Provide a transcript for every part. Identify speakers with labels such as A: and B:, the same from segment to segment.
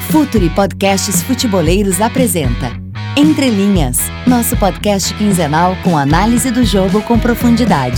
A: Futuri Podcasts Futeboleiros apresenta Entre Linhas, nosso podcast quinzenal com análise do jogo com profundidade.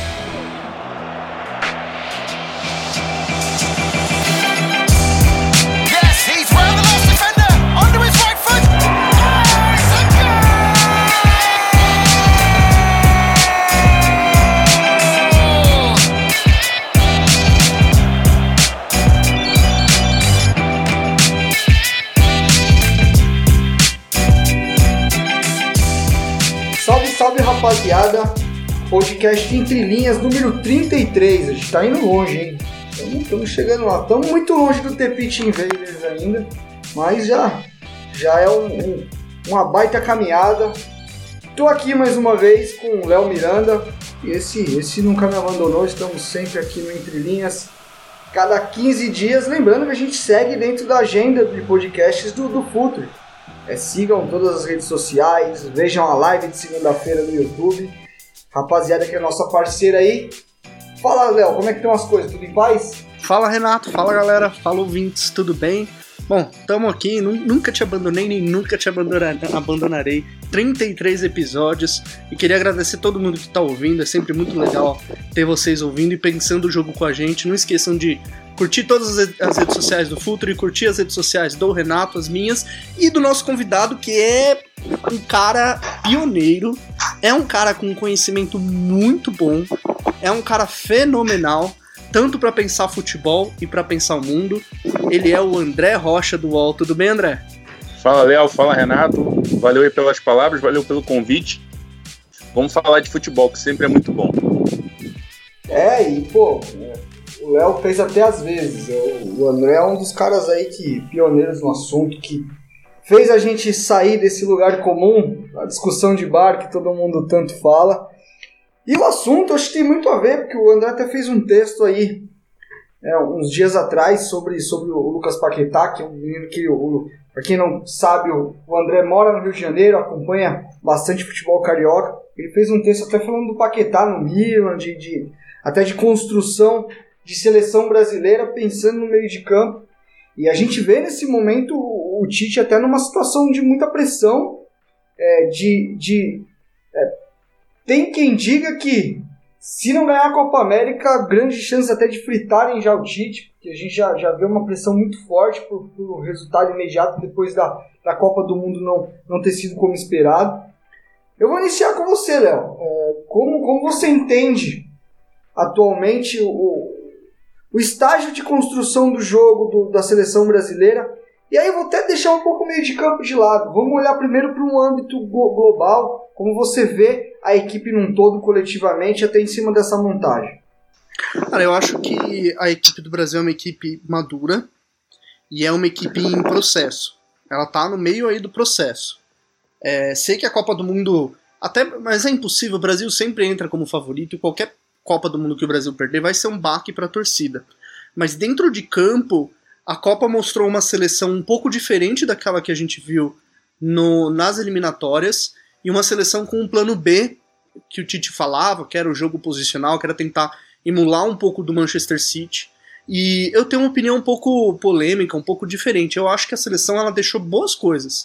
B: Salve rapaziada, podcast Entre Linhas número 33, a gente tá indo longe, hein? Estamos chegando lá, estamos muito longe do The Pitch Invaders ainda, mas já é uma baita caminhada. Tô aqui mais uma vez com o Léo Miranda, e esse nunca me abandonou, estamos sempre aqui no Entre Linhas, cada 15 dias, lembrando que a gente segue dentro da agenda de podcasts do Futuri. Sigam todas as redes sociais, vejam a live de segunda-feira no YouTube. Rapaziada que é nossa parceira aí. Fala, Léo, como é que estão as coisas? Tudo em paz?
C: Fala, Renato. Fala, galera. Fala, ouvintes. Tudo bem? Bom, estamos aqui. Nunca te abandonei, nem nunca te abandonarei. 33 episódios. E queria agradecer todo mundo que está ouvindo. É sempre muito legal ter vocês ouvindo e pensando o jogo com a gente. Não esqueçam de curtir todas as redes sociais do Futuri, curtir as redes sociais do Renato, as minhas, e do nosso convidado, que é um cara pioneiro, é um cara com um conhecimento muito bom, é um cara fenomenal, tanto para pensar futebol e para pensar o mundo. Ele é o André Rocha do UOL. Tudo bem, André?
D: Fala, Léo. Fala, Renato. Valeu aí pelas palavras, valeu pelo convite. Vamos falar de futebol, que sempre é muito bom.
B: O Léo fez até às vezes. O André é um dos caras aí que pioneiros no assunto, que fez a gente sair desse lugar comum, a discussão de bar que todo mundo tanto fala. E o assunto acho que tem muito a ver, porque o André até fez um texto aí uns dias atrás sobre o Lucas Paquetá, que é um menino que, para quem não sabe, o André mora no Rio de Janeiro, acompanha bastante futebol carioca. Ele fez um texto até falando do Paquetá no Milan, até de construção de seleção brasileira, pensando no meio de campo. E a gente vê nesse momento o Tite até numa situação de muita pressão. Tem quem diga que, se não ganhar a Copa América, grande chance até de fritarem já o Tite, porque a gente já vê uma pressão muito forte por resultado imediato depois da Copa do Mundo não ter sido como esperado. Eu vou iniciar com você, Léo. Como você entende atualmente o estágio de construção do jogo da seleção brasileira? E aí eu vou até deixar um pouco o meio de campo de lado. Vamos olhar primeiro para um âmbito global, como você vê a equipe num todo, coletivamente, até em cima dessa montagem.
C: Cara, eu acho que a equipe do Brasil é uma equipe madura e é uma equipe em processo. Ela tá no meio aí do processo. Sei que a Copa do Mundo, mas é impossível, o Brasil sempre entra como favorito e qualquer Copa do Mundo que o Brasil perder vai ser um baque para a torcida. Mas dentro de campo, a Copa mostrou uma seleção um pouco diferente daquela que a gente viu nas eliminatórias, e uma seleção com um plano B, que o Tite falava, que era o jogo posicional, que era tentar emular um pouco do Manchester City. E eu tenho uma opinião um pouco polêmica, um pouco diferente. Eu acho que a seleção ela deixou boas coisas,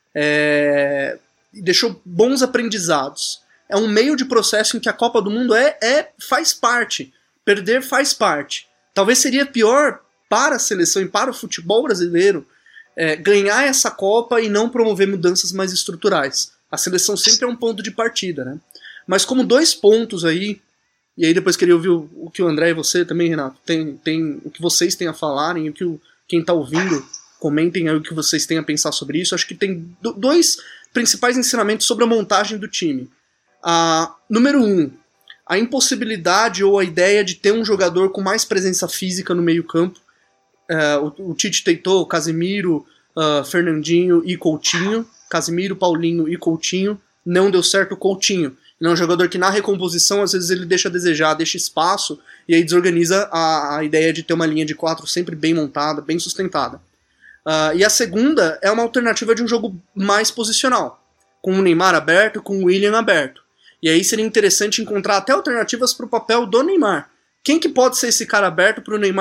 C: deixou bons aprendizados. É um meio de processo em que a Copa do Mundo faz parte. Perder faz parte. Talvez seria pior para a seleção e para o futebol brasileiro ganhar essa Copa e não promover mudanças mais estruturais. A seleção sempre é um ponto de partida, né? Mas como 2 pontos aí, e aí depois queria ouvir o que o André e você também, Renato, tem o que vocês têm a falarem, o que quem está ouvindo, comentem aí o que vocês têm a pensar sobre isso. Acho que tem 2 principais ensinamentos sobre a montagem do time. Número 1, a impossibilidade ou a ideia de ter um jogador com mais presença física no meio campo. O Tite tentou Casemiro, Fernandinho e Coutinho. Casemiro, Paulinho e Coutinho. Não deu certo o Coutinho. Ele é um jogador que na recomposição às vezes ele deixa a desejar, deixa espaço e aí desorganiza a ideia de ter uma linha de 4 sempre bem montada, bem sustentada. E a segunda é uma alternativa de um jogo mais posicional, com o Neymar aberto, com o William aberto. E aí seria interessante encontrar até alternativas para o papel do Neymar. Quem que pode ser esse cara aberto para o Neymar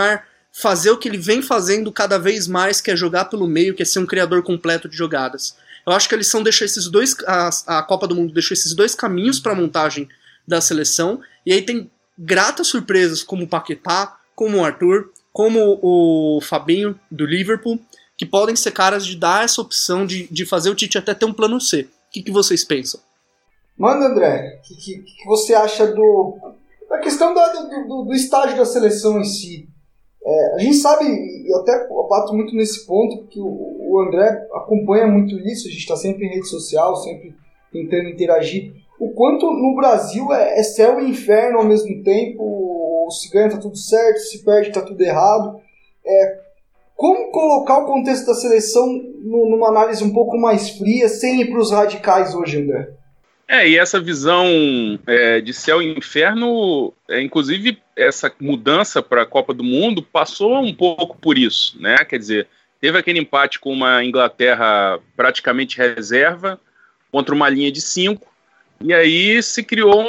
C: fazer o que ele vem fazendo cada vez mais, que é jogar pelo meio, que é ser um criador completo de jogadas. Eu acho que a lição deixou esses dois, a Copa do Mundo deixou esses dois caminhos para a montagem da seleção, e aí tem gratas surpresas como o Paquetá, como o Arthur, como o Fabinho do Liverpool, que podem ser caras de dar essa opção de fazer o Tite até ter um plano C. O que vocês pensam?
B: Mano, André, o que você acha da questão do estágio da seleção em si? A gente sabe, e eu até bato muito nesse ponto, porque o André acompanha muito isso, a gente está sempre em rede social, sempre tentando interagir. O quanto no Brasil é céu e inferno ao mesmo tempo, se ganha tá tudo certo, se perde tá tudo errado. Como colocar o contexto da seleção numa análise um pouco mais fria, sem ir para os radicais hoje, André?
D: E essa visão de céu e inferno, inclusive essa mudança para a Copa do Mundo passou um pouco por isso, né? Quer dizer, teve aquele empate com uma Inglaterra praticamente reserva, contra uma linha de 5, e aí se criou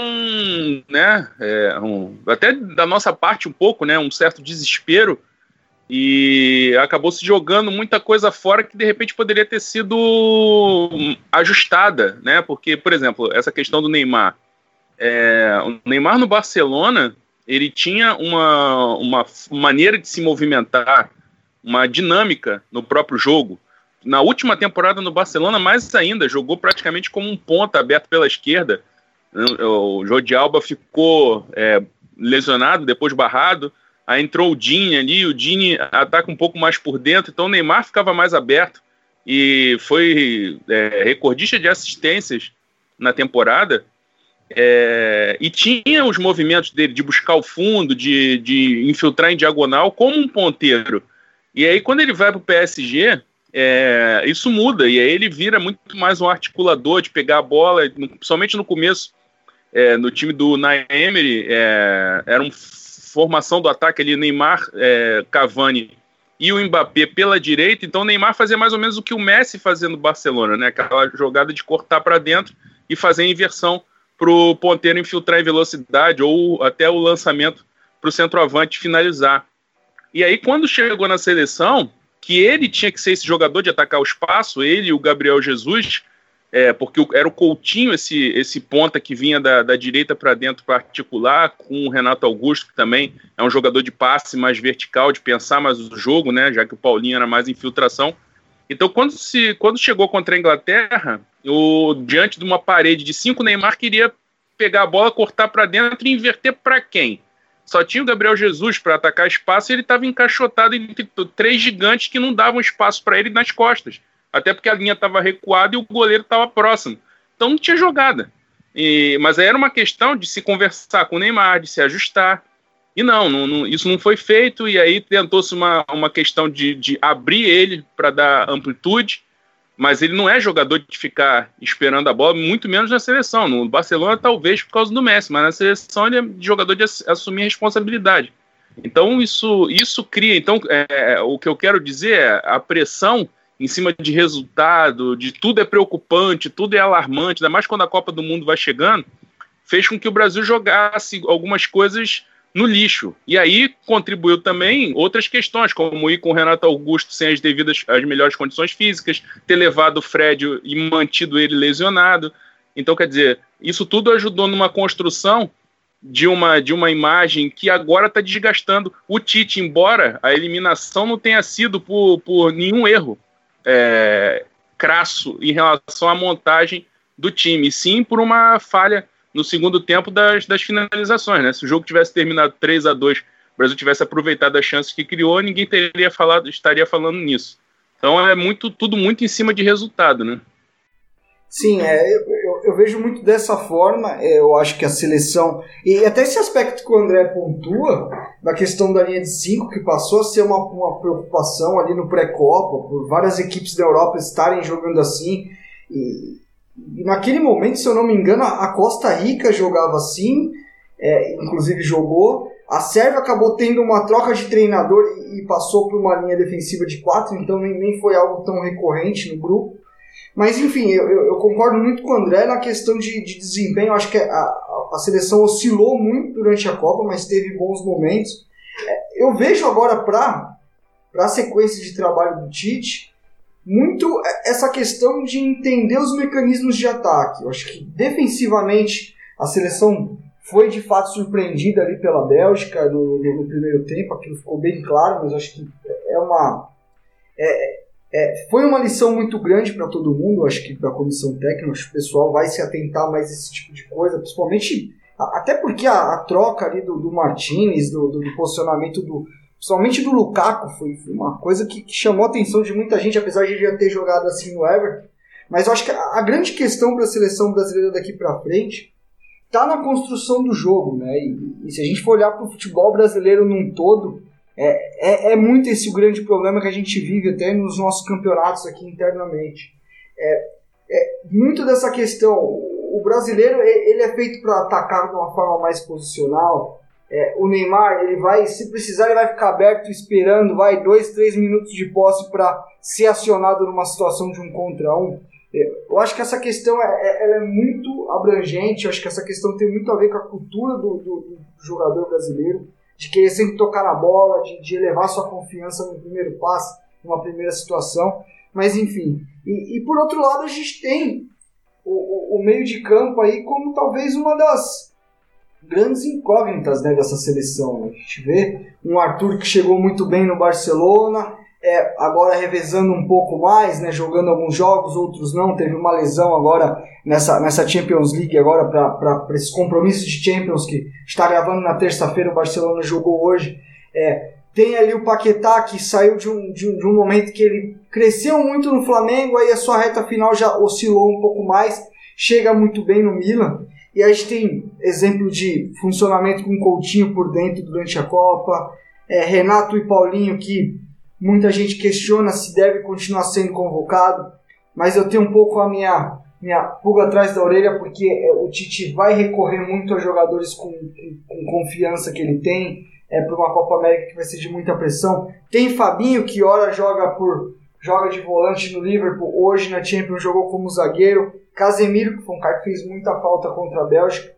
D: até da nossa parte um pouco, né? Um certo desespero, e acabou se jogando muita coisa fora que de repente poderia ter sido ajustada, né? Porque, por exemplo, essa questão do Neymar. O Neymar no Barcelona, ele tinha uma maneira de se movimentar, uma dinâmica no próprio jogo. Na última temporada no Barcelona, mais ainda, jogou praticamente como um ponta aberto pela esquerda. O Jordi Alba ficou lesionado, depois barrado. Aí entrou o Dini ali, o Dini ataca um pouco mais por dentro, então o Neymar ficava mais aberto e foi recordista de assistências na temporada, e tinha os movimentos dele de buscar o fundo, de infiltrar em diagonal como um ponteiro. E aí quando ele vai para o PSG, isso muda, e aí ele vira muito mais um articulador de pegar a bola, principalmente no começo, no time do Unai Emery, era formação do ataque ali, Neymar, Cavani e o Mbappé pela direita, então o Neymar fazia mais ou menos o que o Messi fazia no Barcelona, né? Aquela jogada de cortar para dentro e fazer a inversão para o ponteiro infiltrar em velocidade, ou até o lançamento para o centroavante finalizar. E aí quando chegou na seleção, que ele tinha que ser esse jogador de atacar o espaço, ele e o Gabriel Jesus, porque era o Coutinho, esse ponta que vinha da direita para dentro para articular, com o Renato Augusto, que também é um jogador de passe mais vertical, de pensar mais o jogo, né, já que o Paulinho era mais infiltração. Então, quando chegou contra a Inglaterra, diante de uma parede de 5, o Neymar queria pegar a bola, cortar para dentro e inverter para quem? Só tinha o Gabriel Jesus para atacar espaço, e ele estava encaixotado entre 3 gigantes que não davam espaço para ele nas costas. Até porque a linha estava recuada e o goleiro estava próximo. Então não tinha jogada. Mas aí era uma questão de se conversar com o Neymar, de se ajustar. E isso não foi feito, e aí tentou-se uma questão de abrir ele para dar amplitude, mas ele não é jogador de ficar esperando a bola, muito menos na seleção. No Barcelona, talvez por causa do Messi, mas na seleção ele é jogador de assumir a responsabilidade. Então isso cria... Então, o que eu quero dizer é a pressão em cima de resultado, de tudo é preocupante, tudo é alarmante, ainda mais quando a Copa do Mundo vai chegando, fez com que o Brasil jogasse algumas coisas no lixo. E aí contribuiu também outras questões, como ir com o Renato Augusto sem as melhores condições físicas, ter levado o Fred e mantido ele lesionado. Então, quer dizer, isso tudo ajudou numa construção de uma imagem que agora está desgastando o Tite, embora a eliminação não tenha sido por nenhum erro crasso em relação à montagem do time, e sim por uma falha no segundo tempo das finalizações, né? Se o jogo tivesse terminado 3-2, o Brasil tivesse aproveitado as chances que criou, ninguém estaria falando nisso. Então tudo muito em cima de resultado, né?
B: Sim, eu vejo muito dessa forma. Eu acho que a seleção, e até esse aspecto que o André pontua, da questão da linha de 5, que passou a ser uma preocupação ali no pré-copa, por várias equipes da Europa estarem jogando assim, e naquele momento, se eu não me engano, a Costa Rica jogava assim, inclusive jogou. A Sérvia acabou tendo uma troca de treinador e passou por uma linha defensiva de 4, então nem foi algo tão recorrente no grupo. Mas enfim, eu concordo muito com o André na questão de desempenho. Eu acho que a seleção oscilou muito durante a Copa, mas teve bons momentos. eu vejo agora para a sequência de trabalho do Tite muito essa questão de entender os mecanismos de ataque. Eu acho que defensivamente a seleção foi de fato surpreendida ali pela Bélgica no primeiro tempo, aquilo ficou bem claro, mas acho que foi uma lição muito grande para todo mundo, acho que da comissão técnica, acho que o pessoal vai se atentar mais a esse tipo de coisa, principalmente, até porque a troca ali do Martinez, do posicionamento principalmente do Lukaku, foi uma coisa que chamou a atenção de muita gente, apesar de ele já ter jogado assim no Everton. Mas eu acho que a grande questão para a seleção brasileira daqui para frente está na construção do jogo, né? E se a gente for olhar para o futebol brasileiro num todo, é muito esse o grande problema que a gente vive até nos nossos campeonatos aqui internamente. Muito dessa questão, o brasileiro ele é feito para atacar de uma forma mais posicional. O Neymar, se precisar, ele vai ficar aberto esperando 2-3 minutos de posse para ser acionado numa situação de 1 contra 1. Eu acho que essa questão ela é muito abrangente, eu acho que essa questão tem muito a ver com a cultura do jogador brasileiro, de querer sempre tocar na bola, de elevar sua confiança no primeiro passe, numa primeira situação, mas enfim. E por outro lado, a gente tem o meio de campo aí como talvez uma das grandes incógnitas, né, dessa seleção. A gente vê um Arthur que chegou muito bem no Barcelona, agora revezando um pouco mais, né, jogando alguns jogos, outros não, teve uma lesão agora nessa Champions League, agora para esses compromissos de Champions que está gravando na terça-feira, o Barcelona jogou hoje. Tem ali o Paquetá, que saiu de um momento que ele cresceu muito no Flamengo, aí a sua reta final já oscilou um pouco mais, chega muito bem no Milan. E a gente tem exemplo de funcionamento com o Coutinho por dentro durante a Copa, Renato e Paulinho, que muita gente questiona se deve continuar sendo convocado, mas eu tenho um pouco a minha pulga atrás da orelha, porque o Tite vai recorrer muito a jogadores com confiança que ele tem, para uma Copa América que vai ser de muita pressão. Tem Fabinho, que ora joga de volante no Liverpool, hoje na Champions jogou como zagueiro. Casemiro, que foi um cara que fez muita falta contra a Bélgica.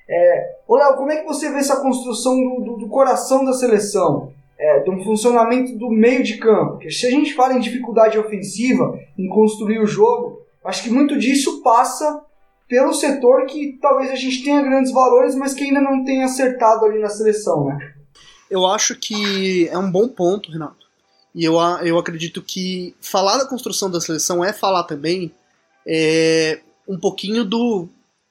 B: Léo, como é que você vê essa construção do coração da seleção? Do funcionamento do meio de campo? Porque se a gente fala em dificuldade ofensiva, em construir o jogo, acho que muito disso passa pelo setor que talvez a gente tenha grandes valores, mas que ainda não tenha acertado ali na seleção, né?
C: Eu acho que é um bom ponto, Renato. E eu acredito que falar da construção da seleção é falar também um pouquinho do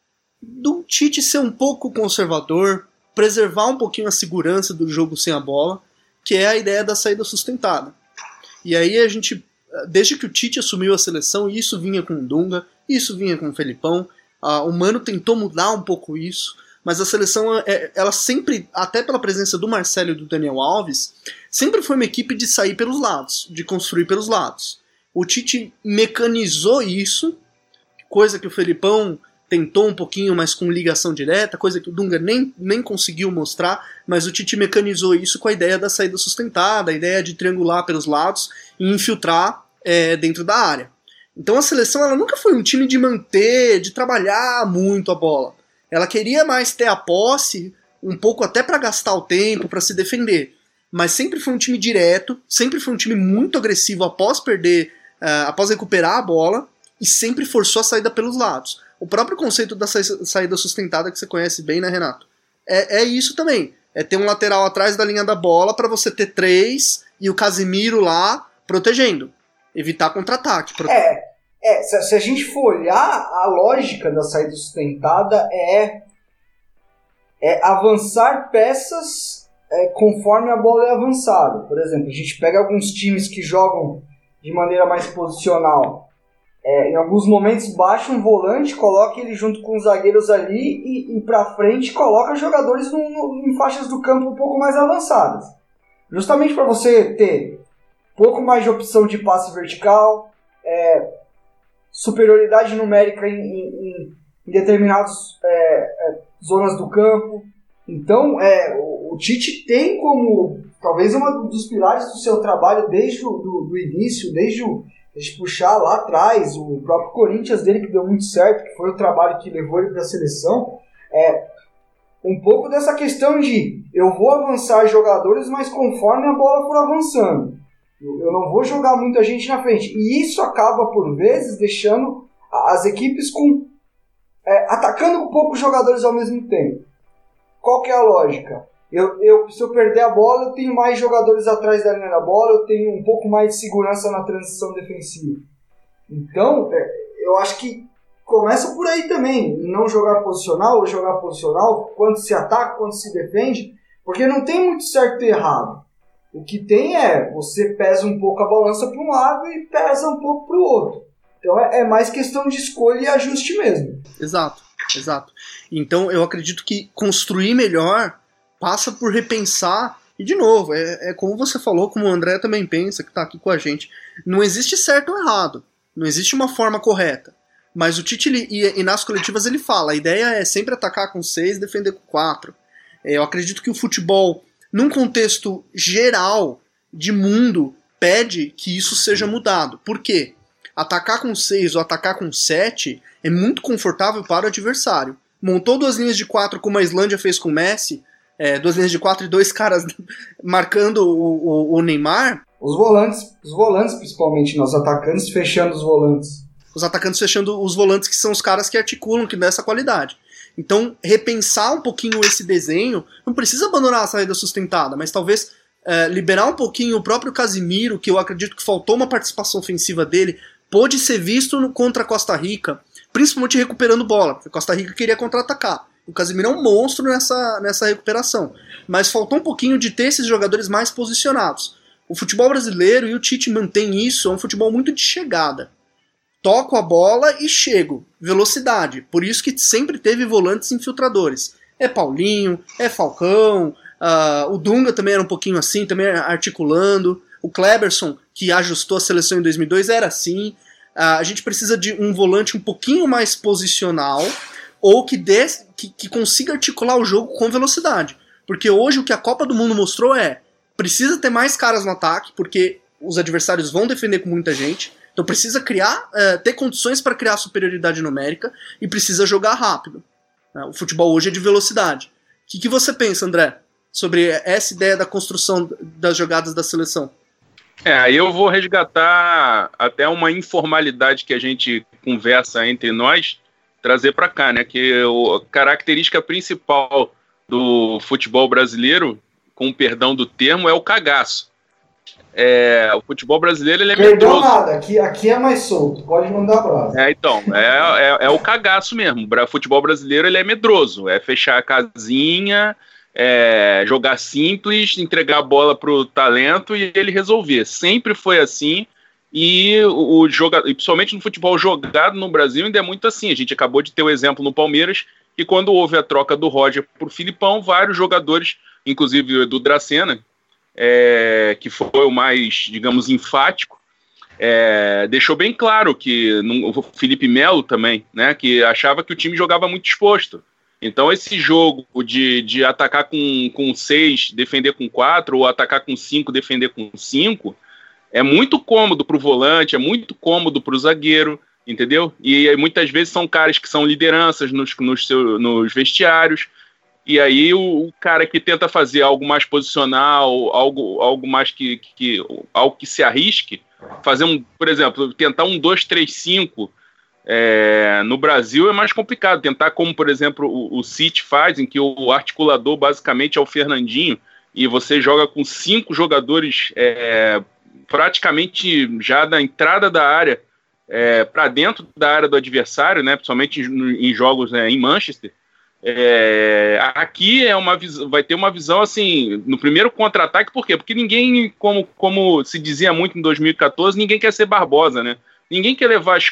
C: Tite ser um pouco conservador, preservar um pouquinho a segurança do jogo sem a bola, que é a ideia da saída sustentada. E aí a gente, desde que o Tite assumiu a seleção, isso vinha com o Dunga, isso vinha com o Felipão, o Mano tentou mudar um pouco isso, mas a seleção, ela sempre, até pela presença do Marcelo e do Daniel Alves, sempre foi uma equipe de sair pelos lados, de construir pelos lados. O Tite mecanizou isso, coisa que o Felipão tentou um pouquinho, mas com ligação direta, coisa que o Dunga nem conseguiu mostrar, mas o Tite mecanizou isso com a ideia da saída sustentada, a ideia de triangular pelos lados e infiltrar dentro da área. Então a seleção ela nunca foi um time de manter, de trabalhar muito a bola. Ela queria mais ter a posse, um pouco até para gastar o tempo, para se defender. Mas sempre foi um time direto, sempre foi um time muito agressivo após recuperar a bola, e sempre forçou a saída pelos lados. O próprio conceito da saída sustentada que você conhece bem, né, Renato? É isso também. É ter um lateral atrás da linha da bola para você ter 3 e o Casemiro lá protegendo. Evitar contra-ataque.
B: Se a gente for olhar, a lógica da saída sustentada é avançar peças conforme a bola é avançada. Por exemplo, a gente pega alguns times que jogam de maneira mais posicional. Em alguns momentos baixa um volante, coloca ele junto com os zagueiros ali e pra frente coloca jogadores em faixas do campo um pouco mais avançadas. Justamente para você ter um pouco mais de opção de passe vertical, superioridade numérica em determinadas zonas do campo. Então, o Tite tem como, talvez, um dos pilares do seu trabalho desde o início, desde puxar lá atrás, o próprio Corinthians dele, que deu muito certo, que foi o trabalho que levou ele para a seleção, um pouco dessa questão de eu vou avançar jogadores, mas conforme a bola for avançando. Eu não vou jogar muita gente na frente. E isso acaba, por vezes, deixando as equipes atacando com poucos jogadores ao mesmo tempo. Qual que é a lógica? Se eu perder a bola, eu tenho mais jogadores atrás da linha da bola, eu tenho um pouco mais de segurança na transição defensiva. Então, eu acho que começa por aí também, não jogar posicional, ou jogar posicional, quando se ataca, quando se defende, porque não tem muito certo e errado. O que tem você pesa um pouco a balança para um lado e pesa um pouco para o outro. Então é mais questão de escolha e ajuste mesmo.
C: Exato. Então eu acredito que construir melhor passa por repensar, e de novo, é como você falou, como o André também pensa, que está aqui com a gente, não existe certo ou errado, não existe uma forma correta. Mas o Tite, e nas coletivas ele fala, a ideia é sempre atacar com 6 e defender com 4. Eu acredito que o futebol, num contexto geral de mundo, pede que isso seja mudado. Por quê? Atacar com 6 ou atacar com 7 é muito confortável para o adversário. Montou 2 linhas de 4 como a Islândia fez com o Messi, 2 linhas de 4 e 2 caras marcando o Neymar.
B: Os volantes principalmente, os atacantes fechando os volantes.
C: Os atacantes fechando os volantes, que são os caras que articulam, que dão essa qualidade. Então, repensar um pouquinho esse desenho, não precisa abandonar a saída sustentada, mas talvez liberar um pouquinho o próprio Casimiro, que eu acredito que faltou uma participação ofensiva dele, pôde ser visto contra a Costa Rica, principalmente recuperando bola, porque a Costa Rica queria contra-atacar. O Casimiro é um monstro nessa recuperação, mas faltou um pouquinho de ter esses jogadores mais posicionados. O futebol brasileiro, e o Tite mantém isso, é um futebol muito de chegada. Toco a bola e chego. Velocidade. Por isso que sempre teve volantes infiltradores. É Paulinho, é Falcão, o Dunga também era um pouquinho assim, também articulando. O Kleberson, que ajustou a seleção em 2002, era assim. A gente precisa de um volante um pouquinho mais posicional, ou que consiga articular o jogo com velocidade. Porque hoje o que a Copa do Mundo mostrou precisa ter mais caras no ataque, porque os adversários vão defender com muita gente. Então precisa ter condições para criar superioridade numérica e precisa jogar rápido. O futebol hoje é de velocidade. O que você pensa, André, sobre essa ideia da construção das jogadas da seleção?
D: Aí eu vou resgatar até uma informalidade que a gente conversa entre nós, trazer para cá, né? Que a característica principal do futebol brasileiro, com perdão do termo, é o cagaço. O futebol brasileiro ele é
B: Perdão
D: medroso.
B: Nada, aqui é mais solto, pode mandar brasa.
D: Então, é o cagaço mesmo. O futebol brasileiro ele é medroso, é fechar a casinha, jogar simples, entregar a bola pro talento e ele resolver. Sempre foi assim, e principalmente no futebol jogado no Brasil ainda é muito assim. A gente acabou de ter o exemplo no Palmeiras, que quando houve a troca do Roger por Filipão, vários jogadores, inclusive o Edu Dracena, que foi o mais, digamos, enfático, deixou bem claro que o Felipe Melo também, né, que achava que o time jogava muito exposto. Então esse jogo de atacar com 6, defender com 4, ou atacar com 5, defender com 5, é muito cômodo para o volante, é muito cômodo para o zagueiro, entendeu? E muitas vezes são caras que são lideranças nos vestiários. E aí o cara que tenta fazer algo mais posicional, algo mais algo que se arrisque, fazer por exemplo, tentar 1-2-3-5 no Brasil é mais complicado. Tentar como, por exemplo, o City faz, em que o articulador basicamente é o Fernandinho, e você joga com 5 jogadores praticamente já da entrada da área para dentro da área do adversário, né, principalmente em jogos em Manchester. Aqui vai ter uma visão assim no primeiro contra-ataque. Por quê? Porque ninguém, como se dizia muito em 2014, ninguém quer ser Barbosa, né? Ninguém quer levar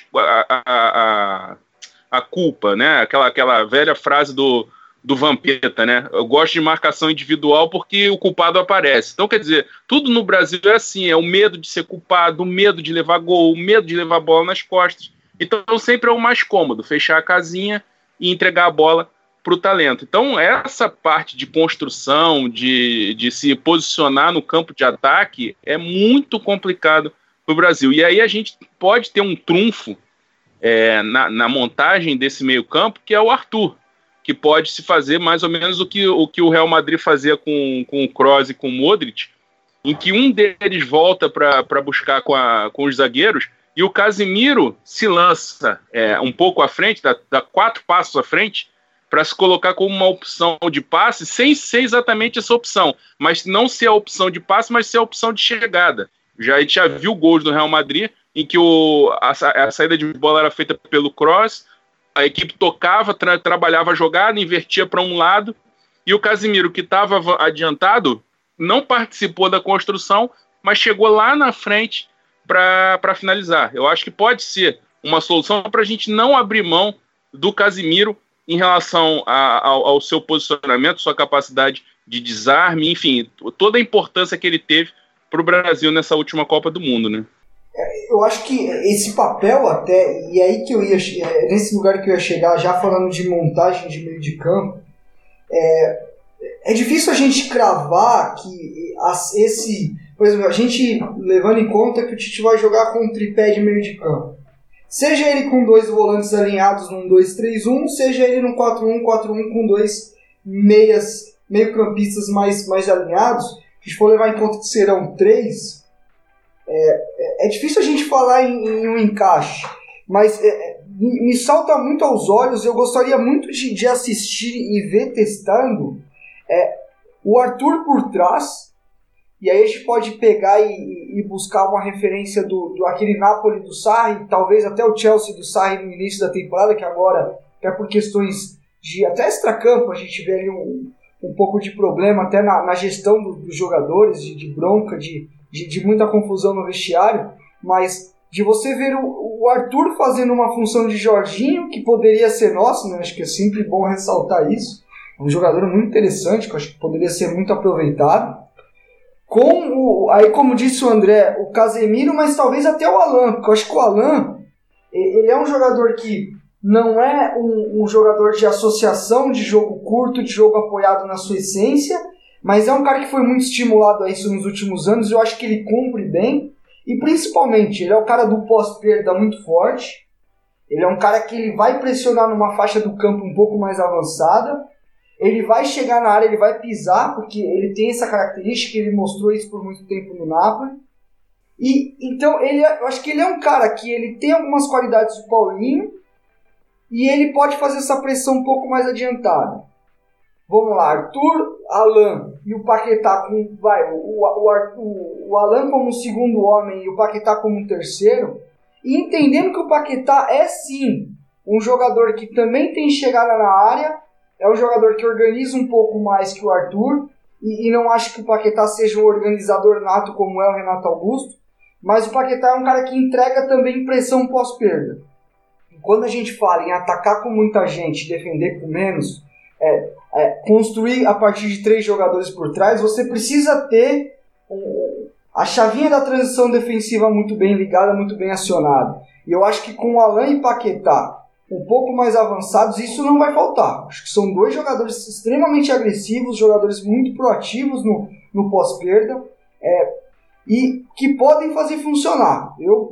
D: a culpa, né? Aquela velha frase do Vampeta, né? Eu gosto de marcação individual porque o culpado aparece. Então, quer dizer, tudo no Brasil é assim, é o medo de ser culpado, o medo de levar gol, o medo de levar a bola nas costas. Então sempre é o mais cômodo, fechar a casinha e entregar a bola para o talento. Então essa parte de construção, de se posicionar no campo de ataque é muito complicado para o Brasil. E aí a gente pode ter um trunfo na montagem desse meio campo, que é o Arthur, que pode se fazer mais ou menos o que o Real Madrid fazia com o Kroos e com o Modric, em que um deles volta para buscar com os zagueiros e o Casemiro se lança um pouco à frente, dá 4 passos à frente, para se colocar como uma opção de passe, sem ser exatamente essa opção, mas não ser a opção de passe, mas ser a opção de chegada. A gente já viu gols do Real Madrid, em que a saída de bola era feita pelo Kroos, a equipe tocava, trabalhava a jogada, invertia para um lado, e o Casemiro, que estava adiantado, não participou da construção, mas chegou lá na frente para finalizar. Eu acho que pode ser uma solução para a gente não abrir mão do Casemiro em relação ao seu posicionamento, sua capacidade de desarme, enfim, toda a importância que ele teve para o Brasil nessa última Copa do Mundo, né?
B: Eu acho que esse papel até, e aí que eu ia, nesse lugar que eu ia chegar, já falando de montagem de meio de campo, é difícil a gente cravar que por exemplo, a gente levando em conta que o Tite vai jogar com um tripé de meio de campo. Seja ele com 2 volantes alinhados num 2-3-1, seja ele num 4-1-4-1 com 2 meio-campistas mais alinhados, se a gente for levar em conta que serão 3, é difícil a gente falar em um encaixe, mas me salta muito aos olhos, eu gostaria muito de assistir e ver testando o Arthur por trás. E aí a gente pode pegar e buscar uma referência do aquele Napoli do Sarri, talvez até o Chelsea do Sarri no início da temporada, que agora, até por questões de até extracampo, a gente vê ali um pouco de problema até na gestão dos jogadores, de bronca, de muita confusão no vestiário, mas de você ver o Arthur fazendo uma função de Jorginho, que poderia ser nosso, né? Acho que é sempre bom ressaltar isso, é um jogador muito interessante, que eu acho que poderia ser muito aproveitado. Aí, como disse o André, o Casemiro, mas talvez até o Alan, porque eu acho que o Alan, ele é um jogador que não é um jogador de associação, de jogo curto, de jogo apoiado na sua essência, mas é um cara que foi muito estimulado a isso nos últimos anos, eu acho que ele cumpre bem, e principalmente, ele é um cara do pós-perda muito forte, ele é um cara que ele vai pressionar numa faixa do campo um pouco mais avançada, ele vai chegar na área, ele vai pisar, porque ele tem essa característica, ele mostrou isso por muito tempo no Napoli. E então eu acho que ele é um cara que ele tem algumas qualidades do Paulinho e ele pode fazer essa pressão um pouco mais adiantada. Vamos lá, Arthur, Alan e o Paquetá o Alan como segundo homem e o Paquetá como terceiro, e entendendo que o Paquetá é sim um jogador que também tem chegada na área, é um jogador que organiza um pouco mais que o Arthur, e não acho que o Paquetá seja um organizador nato como é o Renato Augusto, mas o Paquetá é um cara que entrega também pressão pós-perda. Quando a gente fala em atacar com muita gente, defender com menos, construir a partir de 3 jogadores por trás, você precisa ter a chavinha da transição defensiva muito bem ligada, muito bem acionada. E eu acho que com o Alan e Paquetá um pouco mais avançados, isso não vai faltar. Acho que são 2 jogadores extremamente agressivos, jogadores muito proativos no pós-perda, e que podem fazer funcionar. Eu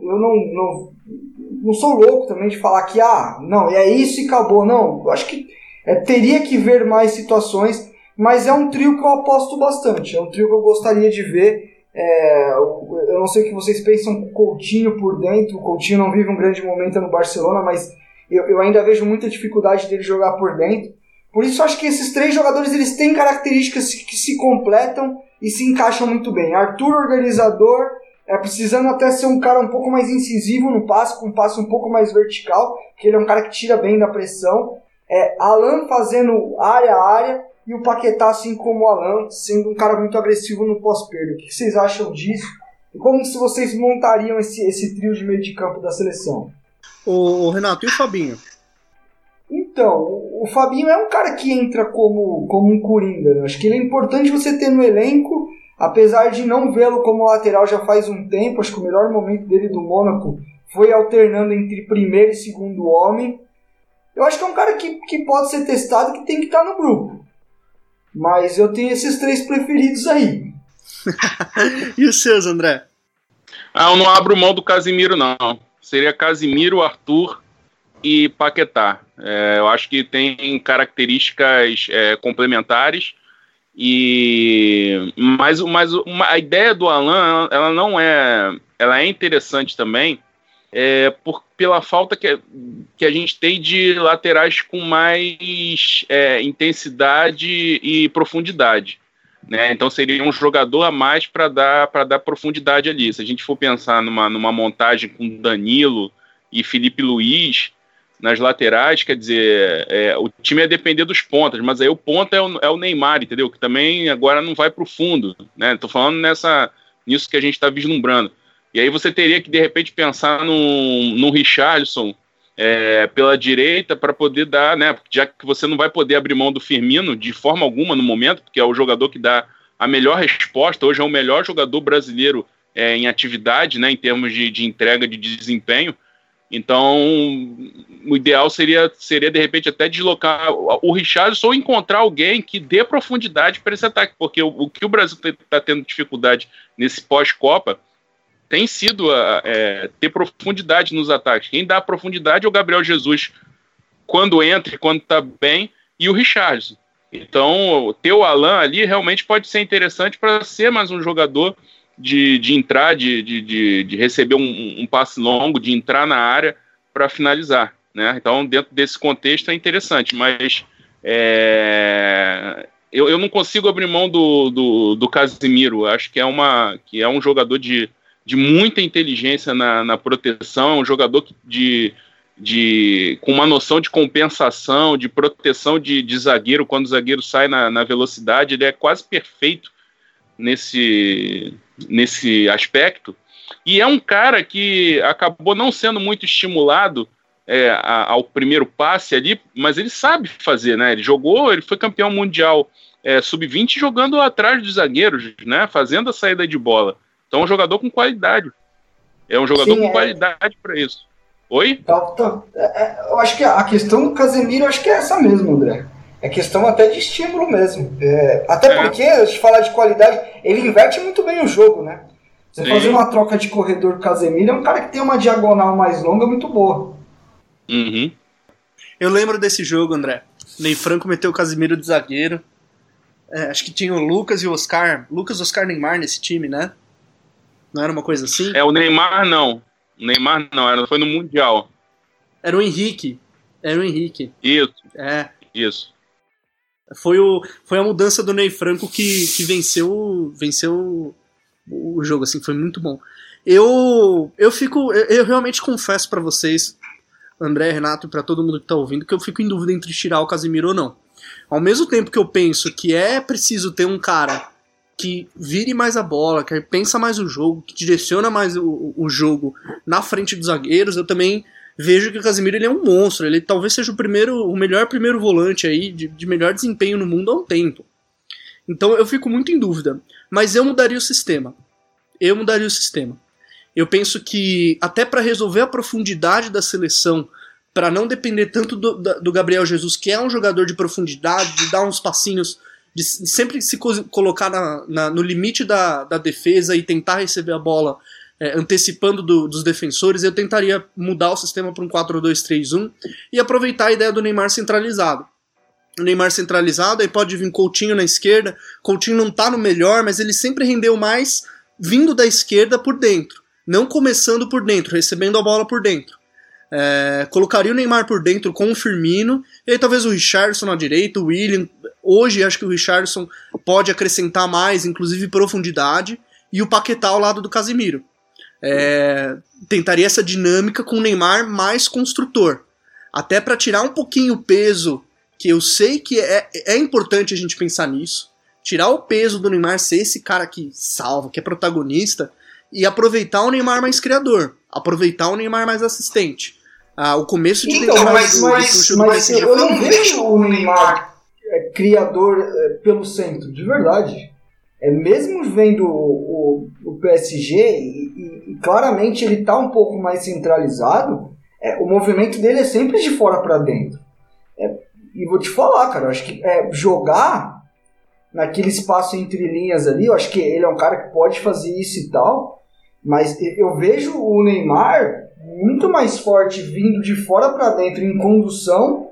B: não sou louco também de falar que não, é isso e acabou. Não, eu acho que teria que ver mais situações, mas é um trio que eu aposto bastante, é um trio que eu gostaria de ver. Eu não sei o que vocês pensam com o Coutinho por dentro. O Coutinho não vive um grande momento no Barcelona, mas eu ainda vejo muita dificuldade dele jogar por dentro. Por isso acho que esses 3 jogadores eles têm características que se completam e se encaixam muito bem. Arthur, organizador, precisando até ser um cara um pouco mais incisivo no passe, com um passe um pouco mais vertical, que ele é um cara que tira bem da pressão. Alan fazendo área a área, e o Paquetá, assim como o Alan, sendo um cara muito agressivo no pós-perda. O que vocês acham disso? E como se vocês montariam esse trio de meio de campo da seleção?
C: O Renato, e o Fabinho?
B: Então, o Fabinho é um cara que entra como um coringa, né? Acho que ele é importante você ter no elenco, apesar de não vê-lo como lateral já faz um tempo. Acho que o melhor momento dele do Mônaco foi alternando entre primeiro e segundo homem. Eu acho que é um cara que pode ser testado, que tem que estar no grupo. Mas eu tenho esses 3 preferidos aí.
C: E os seus, André?
D: Eu não abro mão do Casemiro, não. Seria Casemiro, Arthur e Paquetá. Eu acho que tem características complementares, mas a ideia do Alan, ela não é, ela é interessante também, pela falta que a gente tem de laterais com mais intensidade e profundidade, né? Então seria um jogador a mais para dar profundidade ali. Se a gente for pensar numa montagem com Danilo e Felipe Luiz nas laterais, quer dizer, o time ia depender dos pontas, mas aí o ponta é o Neymar, entendeu? Que também agora não vai para o fundo, né? Tô falando nisso que a gente está vislumbrando. E aí você teria que, de repente, pensar no Richarlison pela direita para poder dar, né? Já que você não vai poder abrir mão do Firmino de forma alguma no momento, porque é o jogador que dá a melhor resposta, hoje é o melhor jogador brasileiro em atividade, né? Em termos de entrega de desempenho. Então, o ideal seria de repente até deslocar o Richarlison ou encontrar alguém que dê profundidade para esse ataque, porque o que o Brasil está tendo dificuldade nesse pós-Copa tem sido ter profundidade nos ataques. Quem dá profundidade é o Gabriel Jesus, quando entra e quando está bem, e o Richarlison. Então, ter o Alan ali realmente pode ser interessante para ser mais um jogador de entrar, de receber um passe longo, de entrar na área para finalizar, né? Então, dentro desse contexto é interessante, mas eu não consigo abrir mão do Casemiro. Acho que é um jogador de muita inteligência na proteção, é um jogador com uma noção de compensação, de proteção de zagueiro. Quando o zagueiro sai na velocidade, ele é quase perfeito nesse aspecto, e é um cara que acabou não sendo muito estimulado ao primeiro passe ali, mas ele sabe fazer, né? Ele foi campeão mundial sub-20 jogando atrás dos zagueiros, né? Fazendo a saída de bola. Então é um jogador com qualidade. É um jogador com qualidade para isso. Oi?
B: Eu acho que a questão do Casemiro, eu acho que é essa mesmo, André. É questão até de estímulo mesmo. Até porque, antes de falar de qualidade, ele inverte muito bem o jogo, né? Você fazer uma troca de corredor com o Casemiro, é um cara que tem uma diagonal mais longa muito boa.
D: Uhum.
C: Eu lembro desse jogo, André. Ney Franco meteu o Casemiro de zagueiro. Acho que tinha o Lucas e o Oscar. Lucas, Oscar, Neymar nesse time, né? Não era uma coisa assim?
D: O Neymar não. O Neymar não, foi no Mundial.
C: Era o Henrique.
D: Isso.
C: Isso. Foi a mudança do Ney Franco que venceu o jogo, assim, foi muito bom. Eu realmente confesso pra vocês, André, Renato, e pra todo mundo que tá ouvindo, que eu fico em dúvida entre tirar o Casemiro ou não. Ao mesmo tempo que eu penso que é preciso ter um cara que vire mais a bola, que pensa mais o jogo, que direciona mais o jogo na frente dos zagueiros, eu também vejo que o Casemiro ele é um monstro. Ele talvez seja o melhor primeiro volante aí, de melhor desempenho no mundo há um tempo. Então eu fico muito em dúvida. Mas eu mudaria o sistema. Eu penso que até para resolver a profundidade da seleção, para não depender tanto do Gabriel Jesus, que é um jogador de profundidade, de dar uns passinhos, de sempre se colocar no limite da defesa e tentar receber a bola antecipando dos defensores, eu tentaria mudar o sistema para um 4-2-3-1 e aproveitar a ideia do Neymar centralizado. O Neymar centralizado, aí pode vir Coutinho na esquerda. Coutinho não tá no melhor, mas ele sempre rendeu mais vindo da esquerda por dentro, não começando por dentro, recebendo a bola por dentro. Colocaria o Neymar por dentro com o Firmino, e aí talvez o Richarlison na direita, o William. Hoje acho que o Richarlison pode acrescentar mais, inclusive profundidade, e o Paquetá ao lado do Casemiro. Tentaria essa dinâmica com o Neymar mais construtor, até para tirar um pouquinho o peso, que eu sei que é importante a gente pensar nisso, tirar o peso do Neymar ser esse cara que salva, que é protagonista, e aproveitar o Neymar mais criador, aproveitar o Neymar mais assistente. O começo de
B: Neymar mas eu não vejo o Neymar criador pelo centro, de verdade. Mesmo vendo o PSG, e claramente ele está um pouco mais centralizado, o movimento dele é sempre de fora para dentro. E vou te falar, cara, eu acho que jogar naquele espaço entre linhas ali, eu acho que ele é um cara que pode fazer isso e tal, mas eu vejo o Neymar muito mais forte vindo de fora para dentro em condução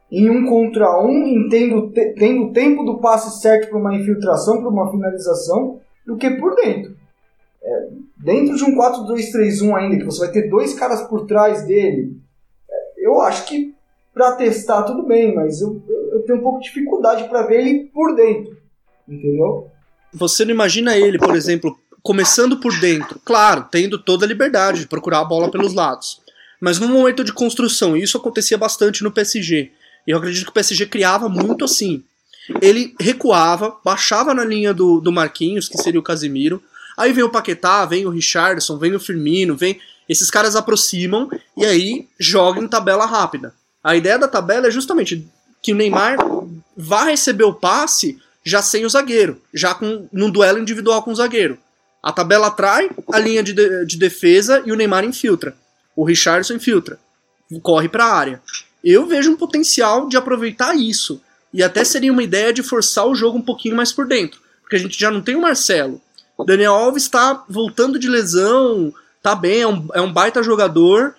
B: em 1 contra 1, tendo o tempo do passe certo para uma infiltração, para uma finalização, do que por dentro. Dentro de um 4-2-3-1 ainda, que você vai ter 2 caras por trás dele, eu acho que para testar tudo bem, mas eu tenho um pouco de dificuldade para ver ele por dentro, entendeu?
C: Você não imagina ele, por exemplo, começando por dentro, claro, tendo toda a liberdade de procurar a bola pelos lados, mas num momento de construção, e isso acontecia bastante no PSG, e eu acredito que o PSG criava muito assim. Ele recuava, baixava na linha do Marquinhos, que seria o Casemiro, aí vem o Paquetá, vem o Richarlison, vem o Firmino, esses caras aproximam e aí jogam em tabela rápida. A ideia da tabela é justamente que o Neymar vá receber o passe já sem o zagueiro, já num duelo individual com o zagueiro. A tabela atrai a linha de defesa e o Neymar infiltra. O Richarlison infiltra, corre para a área. Eu vejo um potencial de aproveitar isso. E até seria uma ideia de forçar o jogo um pouquinho mais por dentro. Porque a gente já não tem o Marcelo. O Daniel Alves está voltando de lesão, tá bem, é um baita jogador,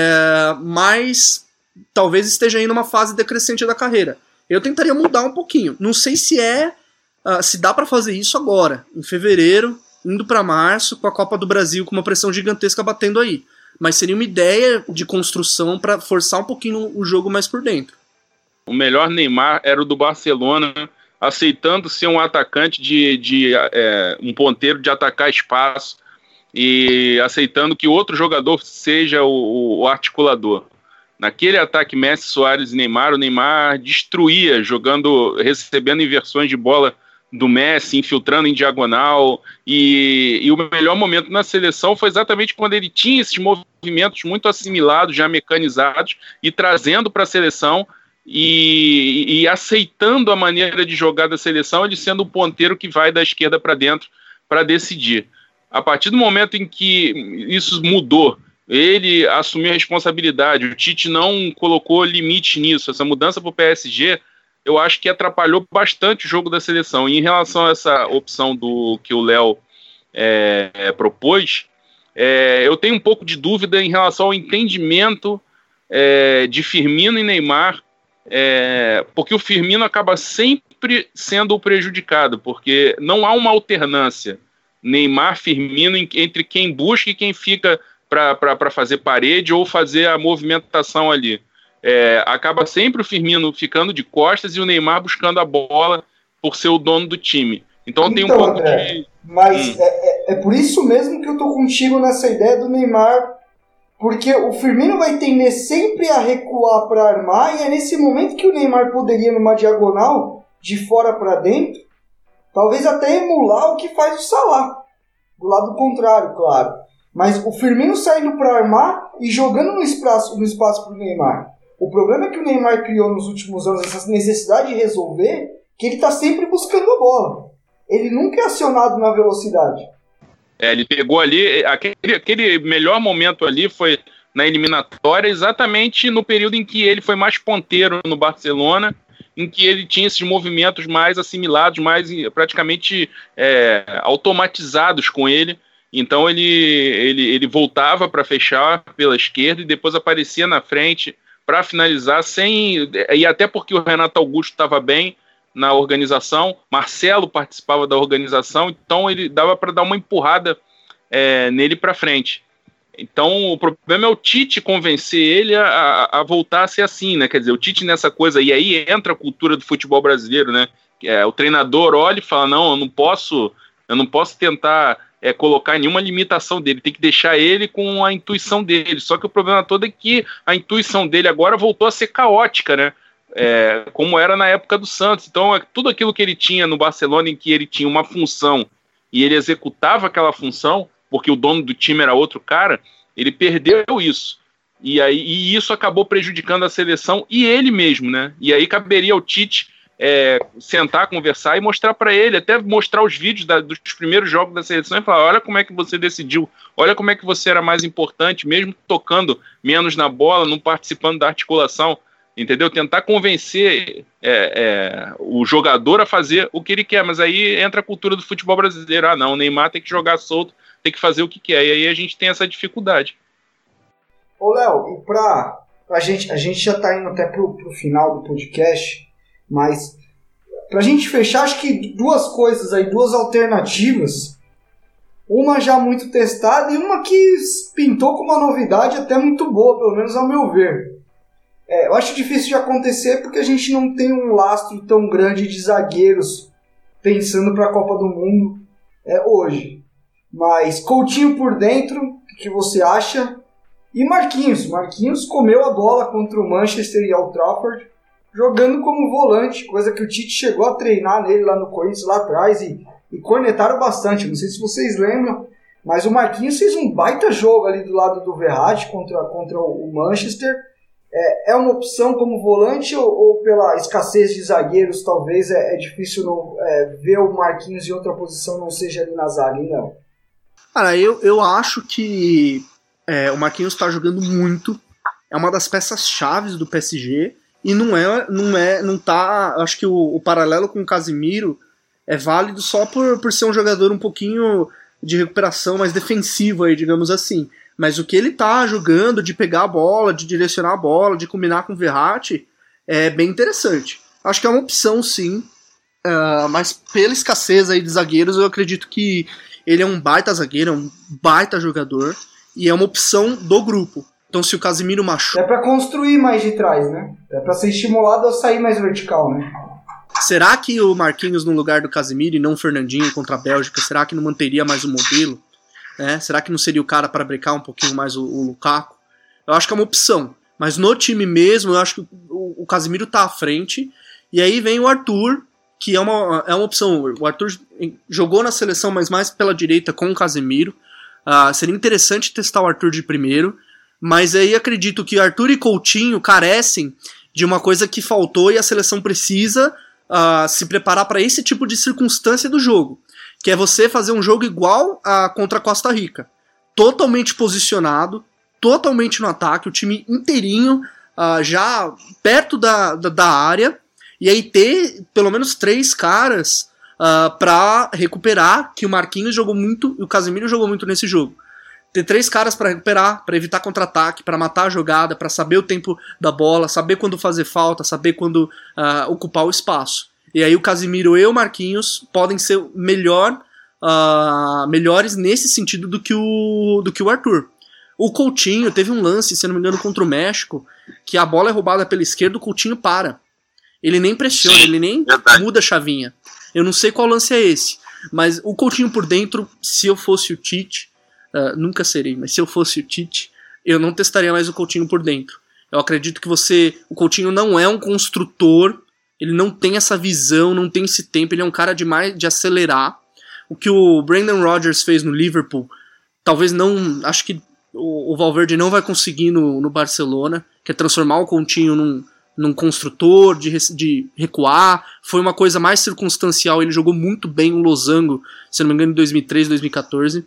C: mas talvez esteja aí numa fase decrescente da carreira. Eu tentaria mudar um pouquinho. Não sei se dá para fazer isso agora, em fevereiro, indo para março, com a Copa do Brasil com uma pressão gigantesca batendo aí. Mas seria uma ideia de construção para forçar um pouquinho o jogo mais por dentro.
D: O melhor Neymar era o do Barcelona, aceitando ser um atacante um ponteiro de atacar espaço e aceitando que outro jogador seja o articulador. Naquele ataque Messi, Suárez e Neymar, o Neymar destruía, recebendo inversões de bola do Messi, infiltrando em diagonal, e o melhor momento na seleção foi exatamente quando ele tinha esses movimentos muito assimilados, já mecanizados, e trazendo para a seleção e aceitando a maneira de jogar da seleção, ele sendo o ponteiro que vai da esquerda para dentro para decidir. A partir do momento em que isso mudou, ele assumiu a responsabilidade, o Tite não colocou limite nisso, essa mudança para o PSG, eu acho que atrapalhou bastante o jogo da seleção. E em relação a essa opção que o Léo propôs, eu tenho um pouco de dúvida em relação ao entendimento de Firmino e Neymar, porque o Firmino acaba sempre sendo o prejudicado, porque não há uma alternância Neymar, Firmino entre quem busca e quem fica para fazer parede ou fazer a movimentação ali. Acaba sempre o Firmino ficando de costas e o Neymar buscando a bola por ser o dono do time. Então tem um pouco
B: André, mas é por isso mesmo que eu tô contigo nessa ideia do Neymar, porque o Firmino vai tender sempre a recuar para armar, e é nesse momento que o Neymar poderia, numa diagonal, de fora para dentro, talvez até emular o que faz o Salah, do lado contrário, claro. Mas o Firmino saindo para armar e jogando no espaço para o Neymar. O problema é que o Neymar criou nos últimos anos essa necessidade de resolver, que ele está sempre buscando a bola. Ele nunca é acionado na velocidade.
D: Ele pegou ali, aquele melhor momento ali foi na eliminatória, exatamente no período em que ele foi mais ponteiro no Barcelona, em que ele tinha esses movimentos mais assimilados, mais praticamente automatizados com ele. Então ele voltava para fechar pela esquerda e depois aparecia na frente para finalizar, e até porque o Renato Augusto estava bem na organização, Marcelo participava da organização, então ele dava para dar uma empurrada nele para frente. Então o problema é o Tite convencer ele a voltar a ser assim, né? Quer dizer, o Tite nessa coisa, e aí entra a cultura do futebol brasileiro, né? O treinador olha e fala, não, eu não posso tentar colocar nenhuma limitação dele, tem que deixar ele com a intuição dele. Só que o problema todo é que a intuição dele agora voltou a ser caótica, né? Como era na época do Santos. Então tudo aquilo que ele tinha no Barcelona, em que ele tinha uma função e ele executava aquela função, porque o dono do time era outro cara, ele perdeu isso. E isso acabou prejudicando a seleção e ele mesmo, né? E aí caberia ao Tite sentar, conversar e mostrar para ele, até mostrar os vídeos dos primeiros jogos da seleção e falar, olha como é que você decidiu, olha como é que você era mais importante, mesmo tocando menos na bola, não participando da articulação, entendeu? Tentar convencer o jogador a fazer o que ele quer, mas aí entra a cultura do futebol brasileiro, não, o Neymar tem que jogar solto, tem que fazer o que quer, e aí a gente tem essa dificuldade.
B: Ô Léo, e para a gente já está indo até pro final do podcast, mas pra gente fechar, acho que duas coisas aí, duas alternativas, uma já muito testada e uma que pintou como uma novidade até muito boa, pelo menos ao meu ver. Eu acho difícil de acontecer porque a gente não tem um lastro tão grande de zagueiros pensando para a Copa do Mundo hoje. Mas Coutinho por dentro, o que você acha? E Marquinhos. Marquinhos comeu a bola contra o Manchester e Old Trafford, jogando como volante, coisa que o Tite chegou a treinar nele lá no Corinthians lá atrás e cornetaram bastante. Não sei se vocês lembram, mas o Marquinhos fez um baita jogo ali do lado do Verratti contra o Manchester. É uma opção como volante ou pela escassez de zagueiros talvez é difícil ver o Marquinhos em outra posição, não seja ali na zaga, hein, Léo?
C: Cara, eu acho que o Marquinhos está jogando muito, é uma das peças chaves do PSG e não tá, acho que o paralelo com o Casemiro é válido só por ser um jogador um pouquinho de recuperação mais defensivo aí, digamos assim. Mas o que ele tá jogando de pegar a bola, de direcionar a bola, de combinar com o Verratti, é bem interessante. Acho que é uma opção, sim, mas pela escassez aí de zagueiros, eu acredito que ele é um baita zagueiro, é um baita jogador, e é uma opção do grupo. Então se o Casemiro machuca...
B: É pra construir mais de trás, né? É pra ser estimulado a sair mais vertical, né?
C: Será que o Marquinhos no lugar do Casemiro e não o Fernandinho contra a Bélgica, será que não manteria mais o modelo? Será que não seria o cara para brecar um pouquinho mais o Lukaku? Eu acho que é uma opção, mas no time mesmo eu acho que o Casemiro tá à frente, e aí vem o Arthur, que é uma opção. O Arthur jogou na seleção, mas mais pela direita com o Casemiro. Seria interessante testar o Arthur de primeiro, mas aí acredito que Arthur e Coutinho carecem de uma coisa que faltou e a seleção precisa se preparar para esse tipo de circunstância do jogo, que é você fazer um jogo igual contra a Costa Rica, totalmente posicionado, totalmente no ataque, o time inteirinho já perto da área, e aí ter pelo menos 3 caras para recuperar, que o Marquinhos jogou muito e o Casemiro jogou muito nesse jogo. Ter 3 caras para recuperar, para evitar contra-ataque, para matar a jogada, para saber o tempo da bola, saber quando fazer falta, saber quando ocupar o espaço. E aí o Casemiro e o Marquinhos podem ser melhores nesse sentido do que o Arthur. O Coutinho teve um lance, se não me engano, contra o México, que a bola é roubada pela esquerda, o Coutinho para. Ele nem pressiona, ele nem muda a chavinha. Eu não sei qual lance é esse, mas o Coutinho por dentro, se eu fosse o Tite, nunca serei, mas se eu fosse o Tite, eu não testaria mais o Coutinho por dentro. Eu acredito que o Coutinho não é um construtor, ele não tem essa visão, não tem esse tempo, ele é um cara de acelerar. O que o Brendan Rodgers fez no Liverpool, talvez não, acho que o Valverde não vai conseguir no Barcelona, que é transformar o Coutinho num construtor, de recuar. Foi uma coisa mais circunstancial, ele jogou muito bem o Losango, se não me engano, em 2013, 2014.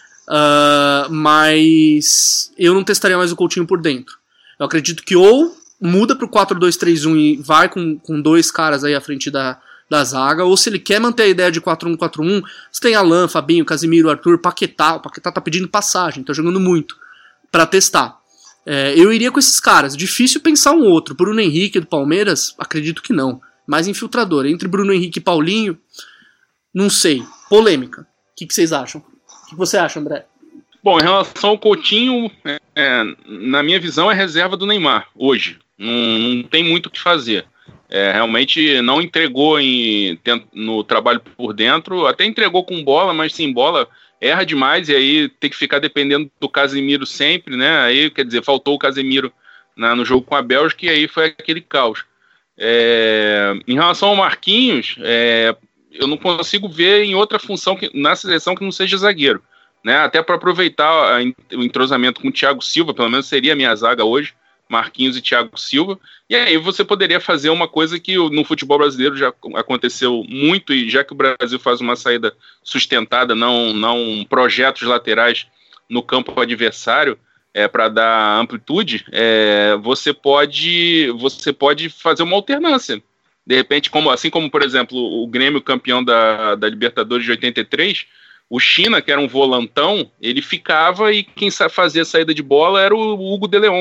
C: Mas eu não testaria mais o Coutinho por dentro. Eu acredito que ou muda pro 4-2-3-1 e vai com 2 caras aí à frente da zaga, ou se ele quer manter a ideia de 4-1-4-1, você tem Alan, Fabinho, Casemiro, Arthur, Paquetá. O Paquetá tá pedindo passagem, tá jogando muito pra testar. Eu iria com esses caras. Difícil pensar um outro. Bruno Henrique do Palmeiras, acredito que não. Mais infiltrador. Entre Bruno Henrique e Paulinho, não sei. Polêmica. O que vocês acham? O que você acha, André?
D: Bom, em relação ao Coutinho, na minha visão é reserva do Neymar, hoje. Não tem muito o que fazer. Realmente não entregou no trabalho por dentro, até entregou com bola, mas sem bola erra demais, e aí tem que ficar dependendo do Casemiro sempre, né? Aí, quer dizer, faltou o Casemiro no jogo com a Bélgica, e aí foi aquele caos. Em relação ao Marquinhos, eu não consigo ver em outra função na seleção que não seja zagueiro, né? Até para aproveitar o entrosamento com o Thiago Silva, pelo menos seria a minha zaga hoje, Marquinhos e Thiago Silva, e aí você poderia fazer uma coisa que no futebol brasileiro já aconteceu muito, e já que o Brasil faz uma saída sustentada, não projetos laterais no campo adversário, para dar amplitude, você pode fazer uma alternância. De repente, assim como, por exemplo, o Grêmio campeão da Libertadores de 83, o China, que era um volantão, ele ficava e quem fazia a saída de bola era o Hugo de Leon,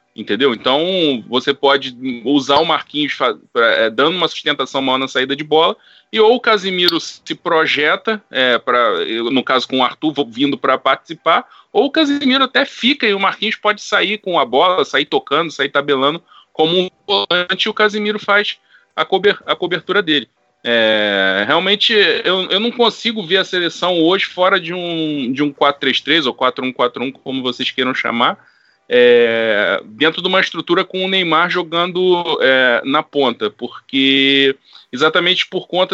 D: entendeu? Então você pode usar o Marquinhos dando uma sustentação maior na saída de bola, e ou o Casemiro se projeta, no caso com o Arthur vindo para participar, ou o Casemiro até fica e o Marquinhos pode sair com a bola, sair tocando, sair tabelando como um volante, e o Casemiro faz a cobertura dele. Realmente eu não consigo ver a seleção hoje fora de um 4-3-3 ou 4-1-4-1, como vocês queiram chamar, dentro de uma estrutura com o Neymar jogando na ponta, porque exatamente por conta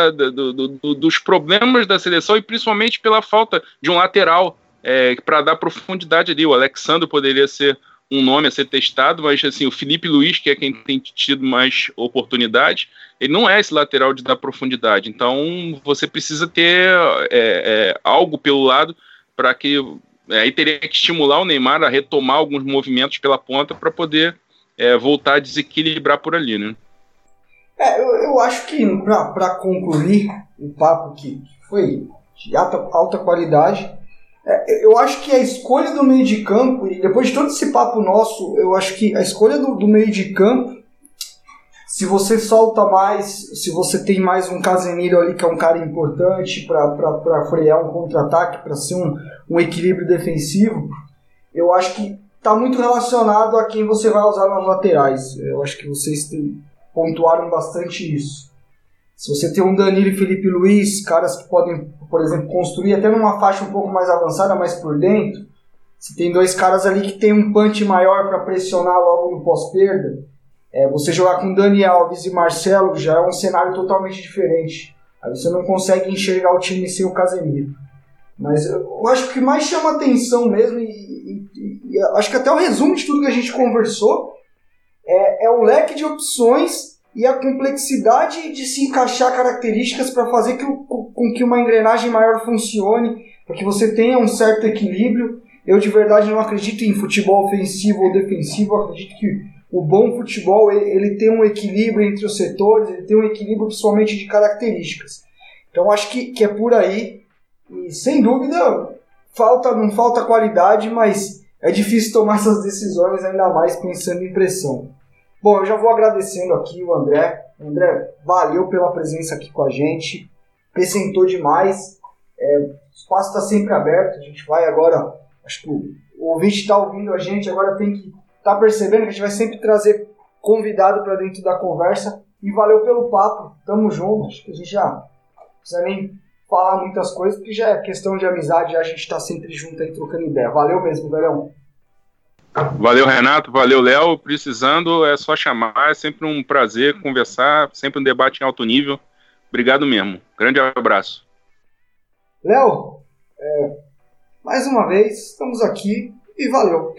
D: dos problemas da seleção e principalmente pela falta de um lateral para dar profundidade ali. O Alexandre poderia ser um nome a ser testado, mas assim, o Felipe Luiz, que é quem tem tido mais oportunidade, ele não é esse lateral de dar profundidade. Então você precisa ter algo pelo lado para que aí teria que estimular o Neymar a retomar alguns movimentos pela ponta para poder voltar a desequilibrar por ali, né?
B: Eu acho que para concluir o papo que foi de alta qualidade, eu acho que a escolha do meio de campo, e depois de todo esse papo nosso, eu acho que a escolha do meio de campo, se você solta mais, se você tem mais um Casemiro ali que é um cara importante para frear um contra-ataque, para ser um equilíbrio defensivo, eu acho que está muito relacionado a quem você vai usar nas laterais. Eu acho que vocês pontuaram bastante isso. Se você tem um Danilo e Felipe Luiz, caras que podem, por exemplo, construir até numa faixa um pouco mais avançada, mais por dentro, você tem dois caras ali que tem um punch maior para pressionar logo no pós-perda, você jogar com Dani Alves e Marcelo já é um cenário totalmente diferente. Aí você não consegue enxergar o time sem o Casemiro. Mas eu acho que o que mais chama atenção mesmo, e acho que até o resumo de tudo que a gente conversou, é o leque de opções e a complexidade de se encaixar características para fazer com que uma engrenagem maior funcione, para que você tenha um certo equilíbrio. Eu de verdade não acredito em futebol ofensivo ou defensivo, eu acredito que o bom futebol ele tem um equilíbrio entre os setores, ele tem um equilíbrio principalmente de características. Então acho que é por aí, e sem dúvida não falta qualidade, mas é difícil tomar essas decisões, ainda mais pensando em pressão. Bom, eu já vou agradecendo aqui o André. André, valeu pela presença aqui com a gente, acrescentou demais, o espaço está sempre aberto, a gente vai agora, acho que o ouvinte está ouvindo a gente, agora tem que estar percebendo que a gente vai sempre trazer convidado para dentro da conversa, e valeu pelo papo, tamo junto, acho que a gente já não precisa nem falar muitas coisas, porque já é questão de amizade, a gente está sempre junto aí trocando ideia. Valeu mesmo, velhão.
D: Valeu, Renato, valeu, Léo. Precisando, é só chamar, é sempre um prazer conversar, sempre um debate em alto nível. Obrigado mesmo. Grande abraço.
B: Léo, mais uma vez, estamos aqui e valeu.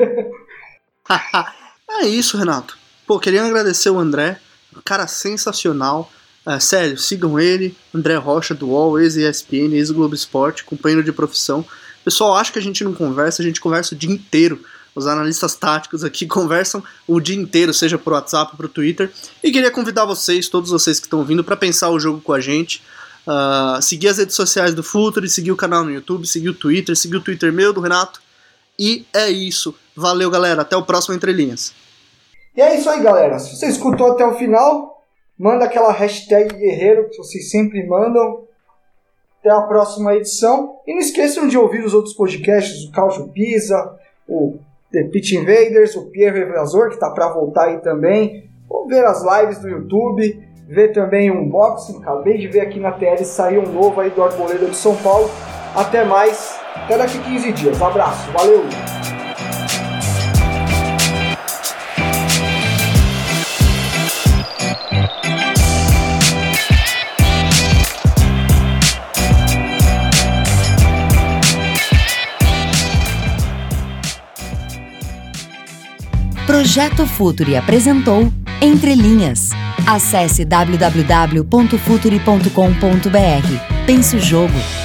C: É isso, Renato. Pô, queria agradecer o André, um cara sensacional. Sério, sigam ele, André Rocha do UOL, ex-ESPN, ex-Globo Esporte, companheiro de profissão. O pessoal acha que a gente não conversa, a gente conversa o dia inteiro. Os analistas táticos aqui conversam o dia inteiro, seja por WhatsApp ou por Twitter. E queria convidar vocês, todos vocês que estão ouvindo, para pensar o jogo com a gente. Seguir as redes sociais do Futuri, seguir o canal no YouTube, seguir o Twitter meu, do Renato. E é isso. Valeu, galera. Até o próximo Entre Linhas.
B: E é isso aí, galera. Se você escutou até o final, manda aquela hashtag guerreiro que vocês sempre mandam. Até a próxima edição. E não esqueçam de ouvir os outros podcasts, o Cautio Pisa, o The Pitch Invaders, o Pierre Evasor, que está para voltar aí também. Vou ver as lives do YouTube, ver também um unboxing. Acabei de ver aqui na TL, saiu um novo aí do Arboleda de São Paulo. Até mais, até daqui 15 dias. Abraço, valeu!
A: Projeto Futuri apresentou Entre Linhas. Acesse www.futuri.com.br. Pense o jogo.